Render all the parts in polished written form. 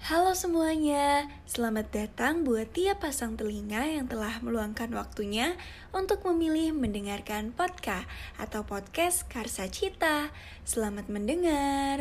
Halo semuanya, selamat datang buat tiap pasang telinga yang telah meluangkan waktunya untuk memilih mendengarkan podcast atau podcast Karsa Cita. Selamat mendengar.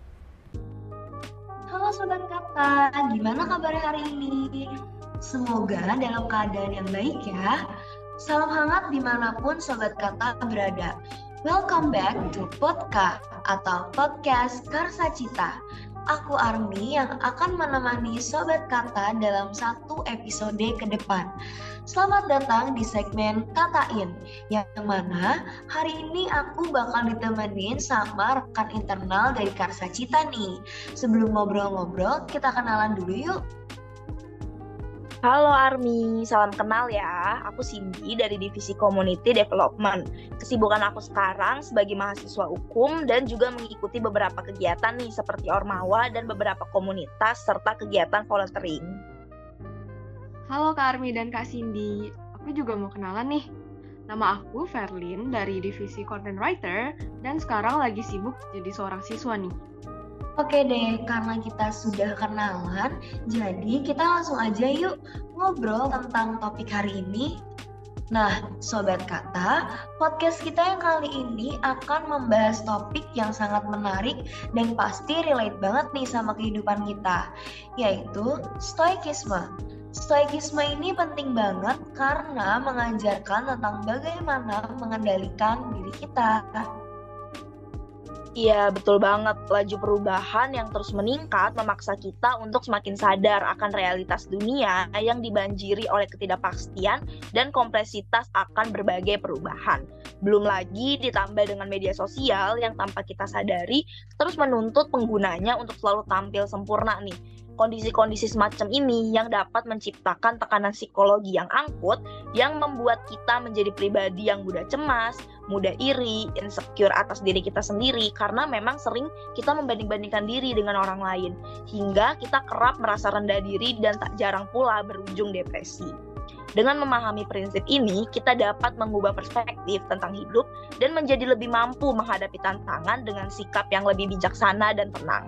Halo Sobat Kata, gimana kabar hari ini? Semoga dalam keadaan yang baik ya. Salam hangat dimanapun Sobat Kata berada. Welcome back to podcast atau podcast Karsa Cita. Aku Armi yang akan menemani Sobat Kata dalam satu episode ke depan. Selamat datang di segmen Katain, yang mana hari ini aku bakal ditemenin sama rekan internal dari Karsa Cita nih. Sebelum ngobrol-ngobrol, kita kenalan dulu yuk. Halo Armi, salam kenal ya. Aku Cindy dari Divisi Community Development. Kesibukan aku sekarang sebagai mahasiswa hukum dan juga mengikuti beberapa kegiatan nih seperti Ormawa dan beberapa komunitas serta kegiatan volunteering. Halo Kak Armi dan Kak Cindy, aku juga mau kenalan nih. Nama aku Verlin dari Divisi Content Writer dan sekarang lagi sibuk jadi seorang siswa nih. Oke deh, karena kita sudah kenalan, jadi kita langsung aja yuk ngobrol tentang topik hari ini. Nah, Sobat Kata, podcast kita yang kali ini akan membahas topik yang sangat menarik dan pasti relate banget nih sama kehidupan kita, yaitu stoikisme. Stoikisme ini penting banget karena mengajarkan tentang bagaimana mengendalikan diri kita. Iya, betul banget. Laju perubahan yang terus meningkat memaksa kita untuk semakin sadar akan realitas dunia yang dibanjiri oleh ketidakpastian dan kompleksitas akan berbagai perubahan. Belum lagi ditambah dengan media sosial yang tanpa kita sadari terus menuntut penggunanya untuk selalu tampil sempurna nih. Kondisi-kondisi semacam ini yang dapat menciptakan tekanan psikologi yang angkut yang membuat kita menjadi pribadi yang mudah cemas, mudah iri, insecure atas diri kita sendiri karena memang sering kita membanding-bandingkan diri dengan orang lain hingga kita kerap merasa rendah diri dan tak jarang pula berujung depresi. Dengan memahami prinsip ini, kita dapat mengubah perspektif tentang hidup dan menjadi lebih mampu menghadapi tantangan dengan sikap yang lebih bijaksana dan tenang.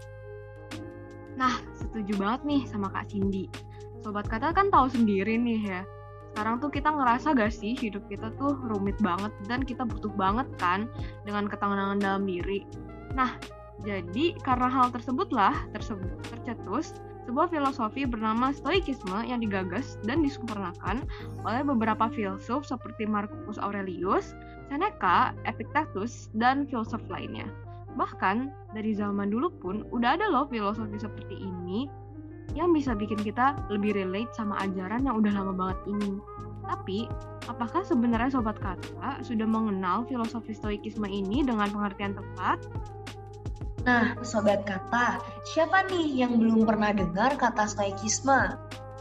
Nah, setuju banget nih sama Kak Cindy. Sobat Kata kan tahu sendiri nih ya, sekarang tuh kita ngerasa gak sih hidup kita tuh rumit banget dan kita butuh banget kan dengan ketenangan dalam diri. Nah, jadi karena hal tersebutlah tercetus sebuah filosofi bernama stoikisme yang digagas dan disempurnakan oleh beberapa filsuf seperti Marcus Aurelius, Seneca, Epictetus, dan filsuf lainnya. Bahkan dari zaman dulu pun udah ada loh filosofi seperti ini yang bisa bikin kita lebih relate sama ajaran yang udah lama banget ini. Tapi, apakah sebenarnya Sobat Kata sudah mengenal filosofi stoikisme ini dengan pengertian tepat? Nah, Sobat Kata, siapa nih yang belum pernah dengar kata stoikisme?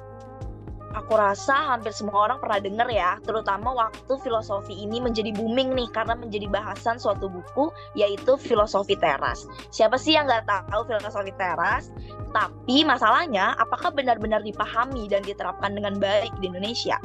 Aku rasa hampir semua orang pernah dengar ya, terutama waktu filosofi ini menjadi booming nih karena menjadi bahasan suatu buku yaitu Filosofi Teras. Siapa sih yang nggak tahu Filosofi Teras? Tapi masalahnya, apakah benar-benar dipahami dan diterapkan dengan baik di Indonesia?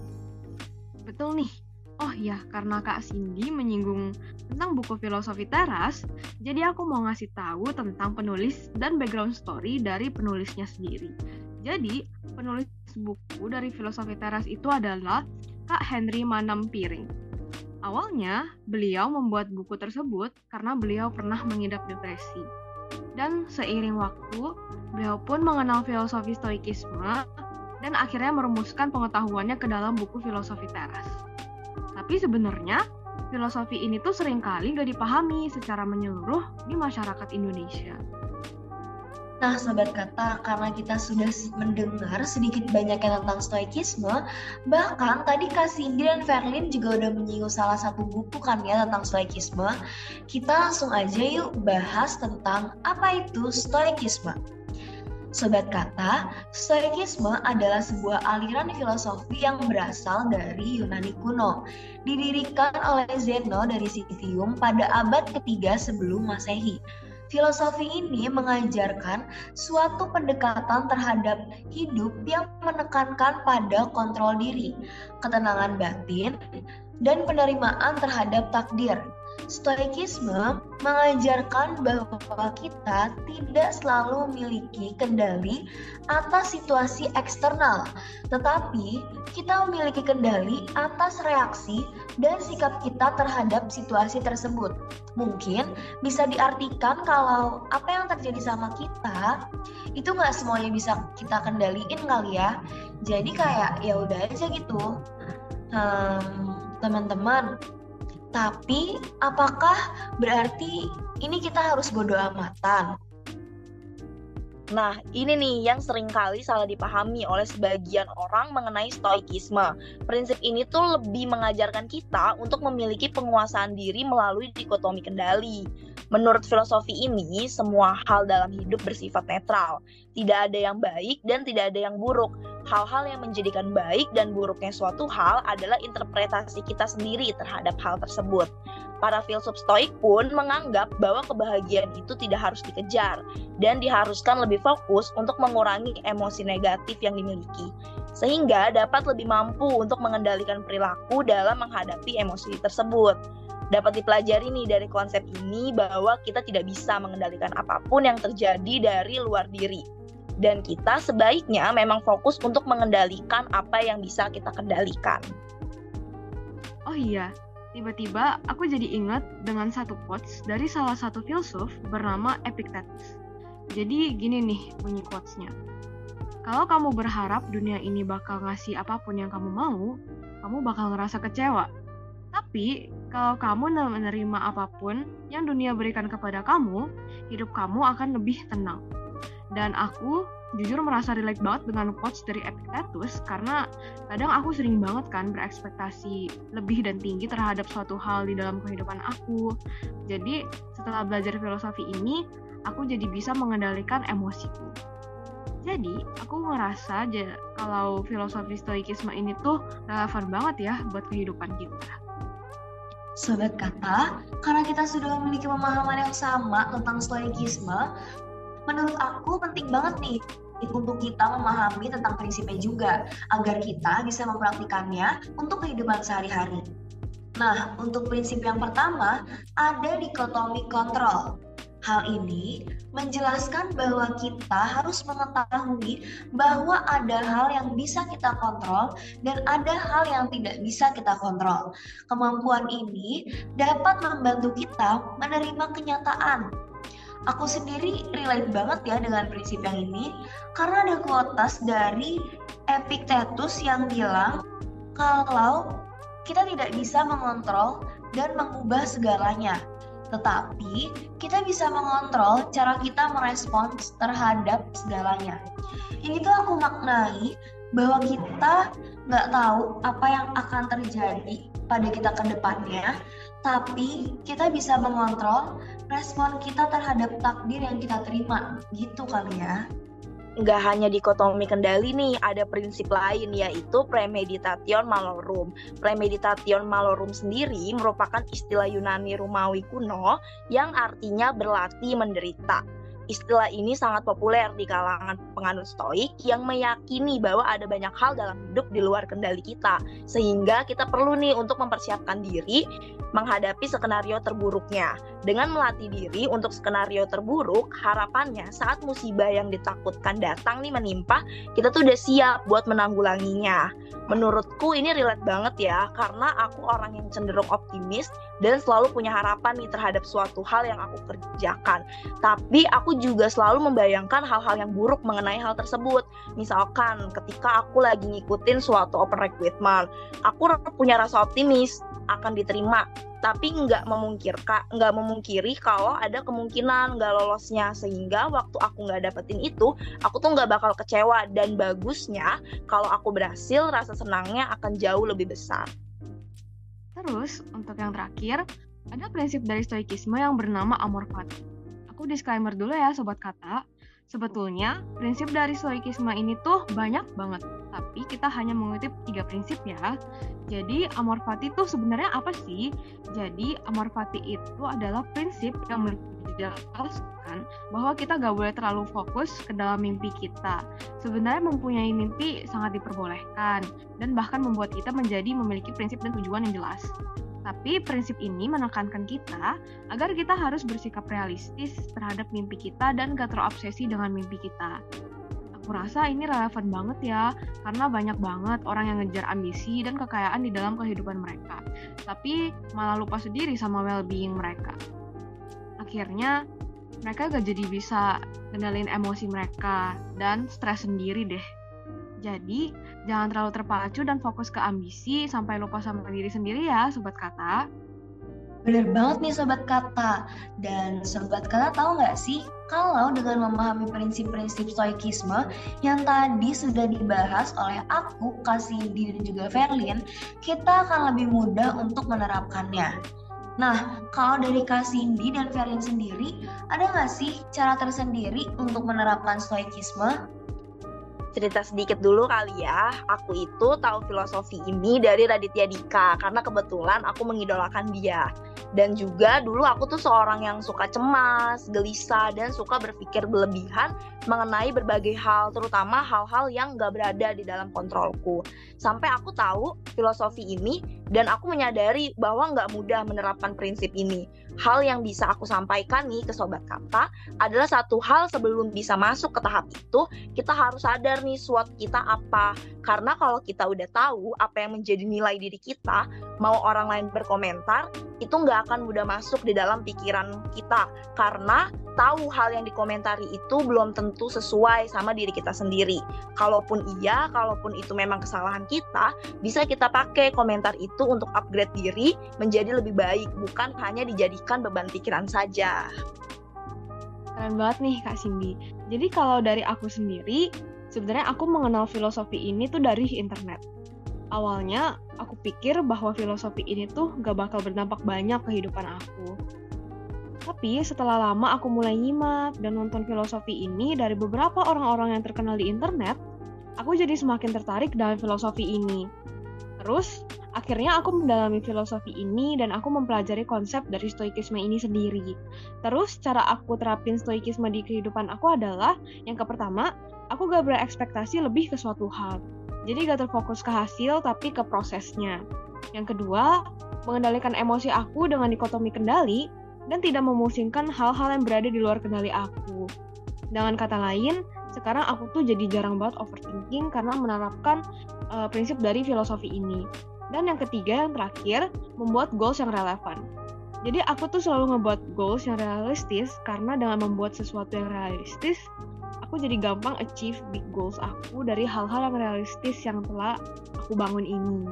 Betul nih. Oh ya, karena Kak Cindy menyinggung tentang buku Filosofi Teras, jadi aku mau ngasih tahu tentang penulis dan background story dari penulisnya sendiri. Jadi, penulis buku dari Filosofi Teras itu adalah Kak Henry Manam Piring. Awalnya, beliau membuat buku tersebut karena beliau pernah mengidap depresi. Dan seiring waktu, beliau pun mengenal filosofi stoikisme dan akhirnya merumuskan pengetahuannya ke dalam buku Filosofi Teras. Tapi sebenarnya, filosofi ini tuh seringkali gak dipahami secara menyeluruh di masyarakat Indonesia. Nah, Sobat Kata, karena kita sudah mendengar sedikit banyaknya tentang stoikisme, bahkan tadi Kak Cindy dan Verlin juga udah menyinggung salah satu buku kan ya tentang stoikisme. Kita langsung aja yuk bahas tentang apa itu stoikisme. Sobat Kata, stoikisme adalah sebuah aliran filosofi yang berasal dari Yunani kuno. Didirikan oleh Zeno dari Citium pada abad ketiga sebelum Masehi. Filosofi ini mengajarkan suatu pendekatan terhadap hidup yang menekankan pada kontrol diri, ketenangan batin, dan penerimaan terhadap takdir. Stoikisme mengajarkan bahwa kita tidak selalu memiliki kendali atas situasi eksternal, tetapi kita memiliki kendali atas reaksi dan sikap kita terhadap situasi tersebut. Mungkin bisa diartikan kalau apa yang terjadi sama kita itu nggak semuanya bisa kita kendaliin kali ya. Jadi kayak ya udah aja gitu, teman-teman. Tapi apakah berarti ini kita harus bodo amatan? Nah, ini nih yang seringkali salah dipahami oleh sebagian orang mengenai stoikisme. Prinsip ini tuh lebih mengajarkan kita untuk memiliki penguasaan diri melalui dikotomi kendali. Menurut filosofi ini, semua hal dalam hidup bersifat netral. Tidak ada yang baik dan tidak ada yang buruk. Hal-hal yang menjadikan baik dan buruknya suatu hal adalah interpretasi kita sendiri terhadap hal tersebut. Para filsuf Stoik pun menganggap bahwa kebahagiaan itu tidak harus dikejar dan diharuskan lebih fokus untuk mengurangi emosi negatif yang dimiliki, sehingga dapat lebih mampu untuk mengendalikan perilaku dalam menghadapi emosi tersebut. Dapat dipelajari nih dari konsep ini bahwa kita tidak bisa mengendalikan apapun yang terjadi dari luar diri. Dan kita sebaiknya memang fokus untuk mengendalikan apa yang bisa kita kendalikan. Oh iya, tiba-tiba aku jadi ingat dengan satu quotes dari salah satu filsuf bernama Epictetus. Jadi gini nih bunyi quotes-nya. Kalau kamu berharap dunia ini bakal ngasih apapun yang kamu mau, kamu bakal ngerasa kecewa. Tapi kalau kamu menerima apapun yang dunia berikan kepada kamu, hidup kamu akan lebih tenang. Dan aku jujur merasa relate banget dengan quotes dari Epictetus karena kadang aku sering banget kan berekspektasi lebih dan tinggi terhadap suatu hal di dalam kehidupan aku. Jadi setelah belajar filosofi ini, aku jadi bisa mengendalikan emosiku. Jadi aku ngerasa kalau filosofi stoikisme ini tuh relevan banget ya buat kehidupan kita. Sobat Kata, karena kita sudah memiliki pemahaman yang sama tentang stoikisme, menurut aku penting banget nih untuk kita memahami tentang prinsipnya juga, agar kita bisa mempraktikannya untuk kehidupan sehari-hari. Nah, untuk prinsip yang pertama, ada dikotomi kontrol. Hal ini menjelaskan bahwa kita harus mengetahui bahwa ada hal yang bisa kita kontrol dan ada hal yang tidak bisa kita kontrol. Kemampuan ini dapat membantu kita menerima kenyataan. Aku sendiri relate banget ya dengan prinsip yang ini karena ada quotes dari Epictetus yang bilang kalau kita tidak bisa mengontrol dan mengubah segalanya, tetapi kita bisa mengontrol cara kita merespons terhadap segalanya. Ini tuh aku maknai bahwa kita nggak tahu apa yang akan terjadi pada kita ke depannya, tapi kita bisa mengontrol respon kita terhadap takdir yang kita terima, gitu kali ya. Nggak hanya dikotomi kendali nih, ada prinsip lain yaitu premeditation malorum. Premeditation malorum sendiri merupakan istilah Yunani Romawi kuno yang artinya berlatih menderita. Istilah ini sangat populer di kalangan penganut Stoik yang meyakini bahwa ada banyak hal dalam hidup di luar kendali kita, sehingga kita perlu nih untuk mempersiapkan diri menghadapi skenario terburuknya. Dengan melatih diri untuk skenario terburuk, harapannya saat musibah yang ditakutkan datang nih menimpa, kita tuh udah siap buat menanggulanginya. Menurutku ini relate banget ya, karena aku orang yang cenderung optimis dan selalu punya harapan nih terhadap suatu hal yang aku kerjakan. Tapi aku juga selalu membayangkan hal-hal yang buruk mengenai hal tersebut. Misalkan ketika aku lagi ngikutin suatu open recruitment, aku punya rasa optimis akan diterima, tapi nggak memungkiri kalau ada kemungkinan nggak lolosnya, sehingga waktu aku nggak dapetin itu, aku tuh nggak bakal kecewa, dan bagusnya kalau aku berhasil, rasa senangnya akan jauh lebih besar. Terus, untuk yang terakhir, ada prinsip dari stoikisme yang bernama amor fati. Aku disclaimer dulu ya Sobat Kata, sebetulnya prinsip dari stoikisme ini tuh banyak banget, tapi kita hanya mengutip 3 prinsip ya. Jadi amor fati itu sebenarnya apa sih? Jadi amor fati itu adalah prinsip yang menjelaskan menjelaskan bahwa kita gak boleh terlalu fokus ke dalam mimpi kita. Sebenarnya mempunyai mimpi sangat diperbolehkan dan bahkan membuat kita menjadi memiliki prinsip dan tujuan yang jelas. Tapi prinsip ini menekankan kita agar kita harus bersikap realistis terhadap mimpi kita dan gak terobsesi dengan mimpi kita. Aku rasa ini relevan banget ya, karena banyak banget orang yang ngejar ambisi dan kekayaan di dalam kehidupan mereka, tapi malah lupa sendiri sama well-being mereka. Akhirnya, mereka gak jadi bisa kendalin emosi mereka dan stres sendiri deh. Jadi, jangan terlalu terpacu dan fokus ke ambisi sampai lupa sama diri sendiri ya, Sobat Kata. Bener banget nih Sobat Kata. Dan Sobat Kata tahu nggak sih, kalau dengan memahami prinsip-prinsip stoikisme yang tadi sudah dibahas oleh aku, Kak Cindy, dan juga Verlin, kita akan lebih mudah untuk menerapkannya. Nah, kalau dari Kak Cindy dan Verlin sendiri, ada nggak sih cara tersendiri untuk menerapkan stoikisme? Cerita sedikit dulu kali ya. Aku itu tahu filosofi ini dari Raditya Dika karena kebetulan aku mengidolakan dia. Dan juga dulu aku tuh seorang yang suka cemas, gelisah, dan suka berpikir berlebihan mengenai berbagai hal, terutama hal-hal yang gak berada di dalam kontrolku. Sampai aku tahu filosofi ini dan aku menyadari bahwa gak mudah menerapkan prinsip ini. Hal yang bisa aku sampaikan nih ke Sobat Kata adalah satu hal, sebelum bisa masuk ke tahap itu, kita harus sadar nih SWOT kita apa. Karena kalau kita udah tahu apa yang menjadi nilai diri kita, mau orang lain berkomentar, itu nggak akan mudah masuk di dalam pikiran kita. Karena tahu hal yang dikomentari itu belum tentu sesuai sama diri kita sendiri. Kalaupun iya, kalaupun itu memang kesalahan kita, bisa kita pakai komentar itu untuk upgrade diri menjadi lebih baik, bukan hanya dijadikan beban pikiran saja. Keren banget nih Kak Cindy. Jadi kalau dari aku sendiri, sebenarnya aku mengenal filosofi ini tuh dari internet. Awalnya aku pikir bahwa filosofi ini tuh gak bakal berdampak banyak ke kehidupan aku. Tapi setelah lama aku mulai nyimak dan nonton filosofi ini dari beberapa orang-orang yang terkenal di internet, aku jadi semakin tertarik dalam filosofi ini. Terus, akhirnya aku mendalami filosofi ini dan aku mempelajari konsep dari stoikisme ini sendiri. Terus, cara aku terapin stoikisme di kehidupan aku adalah, yang pertama, aku gak berekspektasi lebih ke suatu hal. Jadi gak terfokus ke hasil, tapi ke prosesnya. Yang kedua, mengendalikan emosi aku dengan dikotomi kendali, dan tidak memusingkan hal-hal yang berada di luar kendali aku. Dengan kata lain, sekarang aku tuh jadi jarang banget overthinking karena menerapkan prinsip dari filosofi ini. Dan yang ketiga, yang terakhir, membuat goals yang relevan. Jadi aku tuh selalu ngebuat goals yang realistis, karena dengan membuat sesuatu yang realistis, aku jadi gampang achieve big goals aku dari hal-hal yang realistis yang telah aku bangun ini.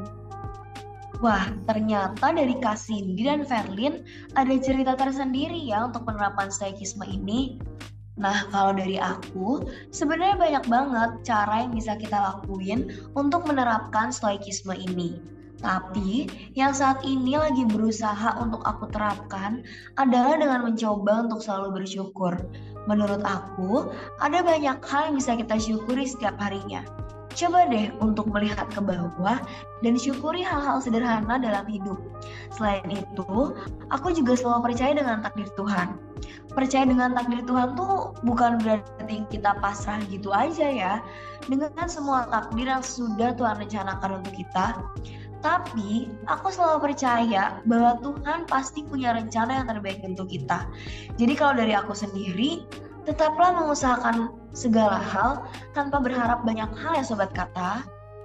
Wah, ternyata dari Kak Cindy dan Verlin ada cerita tersendiri ya untuk penerapan stoikisme ini. Nah, kalau dari aku, sebenarnya banyak banget cara yang bisa kita lakuin untuk menerapkan stoikisme ini. Tapi, yang saat ini lagi berusaha untuk aku terapkan adalah dengan mencoba untuk selalu bersyukur. Menurut aku, ada banyak hal yang bisa kita syukuri setiap harinya. Coba deh untuk melihat ke bawah dan syukuri hal-hal sederhana dalam hidup. Selain itu, aku juga selalu percaya dengan takdir Tuhan. Percaya dengan takdir Tuhan tuh bukan berarti kita pasrah gitu aja ya, dengan semua takdir yang sudah Tuhan rencanakan untuk kita. Tapi, aku selalu percaya bahwa Tuhan pasti punya rencana yang terbaik untuk kita. Jadi kalau dari aku sendiri, tetaplah mengusahakan segala hal tanpa berharap banyak hal ya Sobat Kata.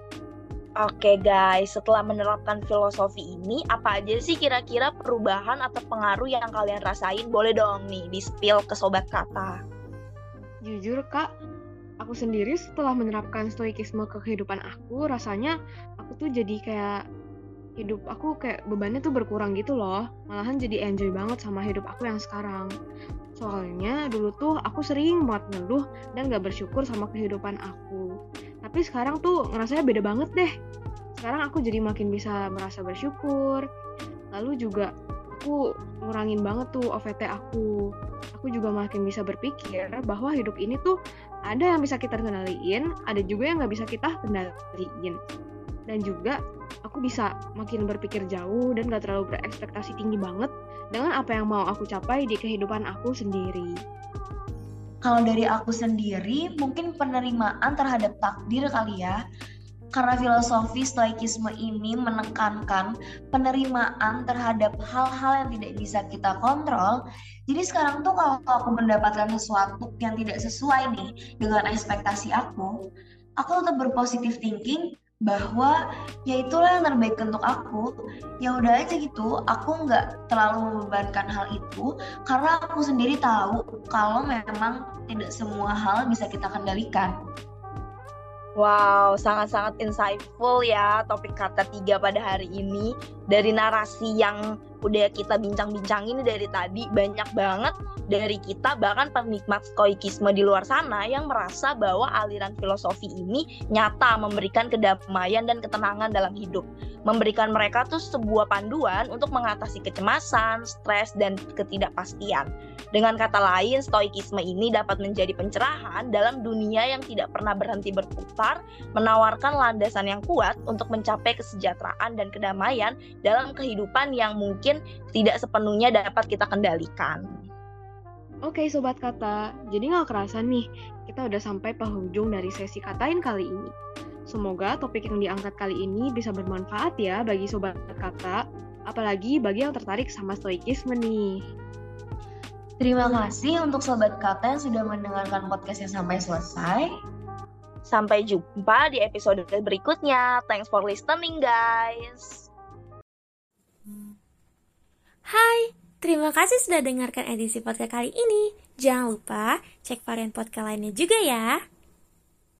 Oke guys, setelah menerapkan filosofi ini, apa aja sih kira-kira perubahan atau pengaruh yang kalian rasain? Boleh dong nih di-spill ke Sobat Kata. Jujur Kak, aku sendiri setelah menerapkan stoikisme ke kehidupan aku, rasanya aku tuh jadi kayak hidup aku kayak bebannya tuh berkurang gitu loh. Malahan jadi enjoy banget sama hidup aku yang sekarang. Soalnya dulu tuh aku sering banget ngeluh dan gak bersyukur sama kehidupan aku. Tapi sekarang tuh ngerasanya beda banget deh. Sekarang aku jadi makin bisa merasa bersyukur. Lalu juga aku ngurangin banget tuh OVT aku. Aku juga makin bisa berpikir bahwa hidup ini tuh ada yang bisa kita kendaliin, ada juga yang gak bisa kita kendaliin. Dan juga aku bisa makin berpikir jauh dan gak terlalu berekspektasi tinggi banget dengan apa yang mau aku capai di kehidupan aku sendiri. Kalau dari aku sendiri, mungkin penerimaan terhadap takdir kali ya. Karena filosofi stoikisme ini menekankan penerimaan terhadap hal-hal yang tidak bisa kita kontrol. Jadi sekarang tuh kalau aku mendapatkan sesuatu yang tidak sesuai nih dengan ekspektasi aku tetap berpositif thinking bahwa ya itulah yang terbaik untuk aku. Ya udah aja gitu, aku nggak terlalu membebankan hal itu karena aku sendiri tahu kalau memang tidak semua hal bisa kita kendalikan. Wow, sangat-sangat insightful ya topik kata 3 pada hari ini. Dari narasi yang udah kita bincang-bincang ini dari tadi, banyak banget dari kita, bahkan penikmat stoikisme di luar sana yang merasa bahwa aliran filosofi ini nyata memberikan kedamaian dan ketenangan dalam hidup. Memberikan mereka tuh sebuah panduan untuk mengatasi kecemasan, stres, dan ketidakpastian. Dengan kata lain, stoikisme ini dapat menjadi pencerahan dalam dunia yang tidak pernah berhenti berputar, menawarkan landasan yang kuat untuk mencapai kesejahteraan dan kedamaian dalam kehidupan yang mungkin tidak sepenuhnya dapat kita kendalikan. Oke Sobat Kata, jadi gak kerasa nih, kita udah sampai penghujung dari sesi Katain kali ini. Semoga topik yang diangkat kali ini bisa bermanfaat ya bagi Sobat Kata, apalagi bagi yang tertarik sama stoikisme nih. Terima kasih untuk Sobat Kata yang sudah mendengarkan podcastnya sampai selesai. Sampai jumpa di episode berikutnya. Thanks for listening, guys. Hai, terima kasih sudah dengarkan edisi podcast kali ini. Jangan lupa cek varian podcast lainnya juga ya.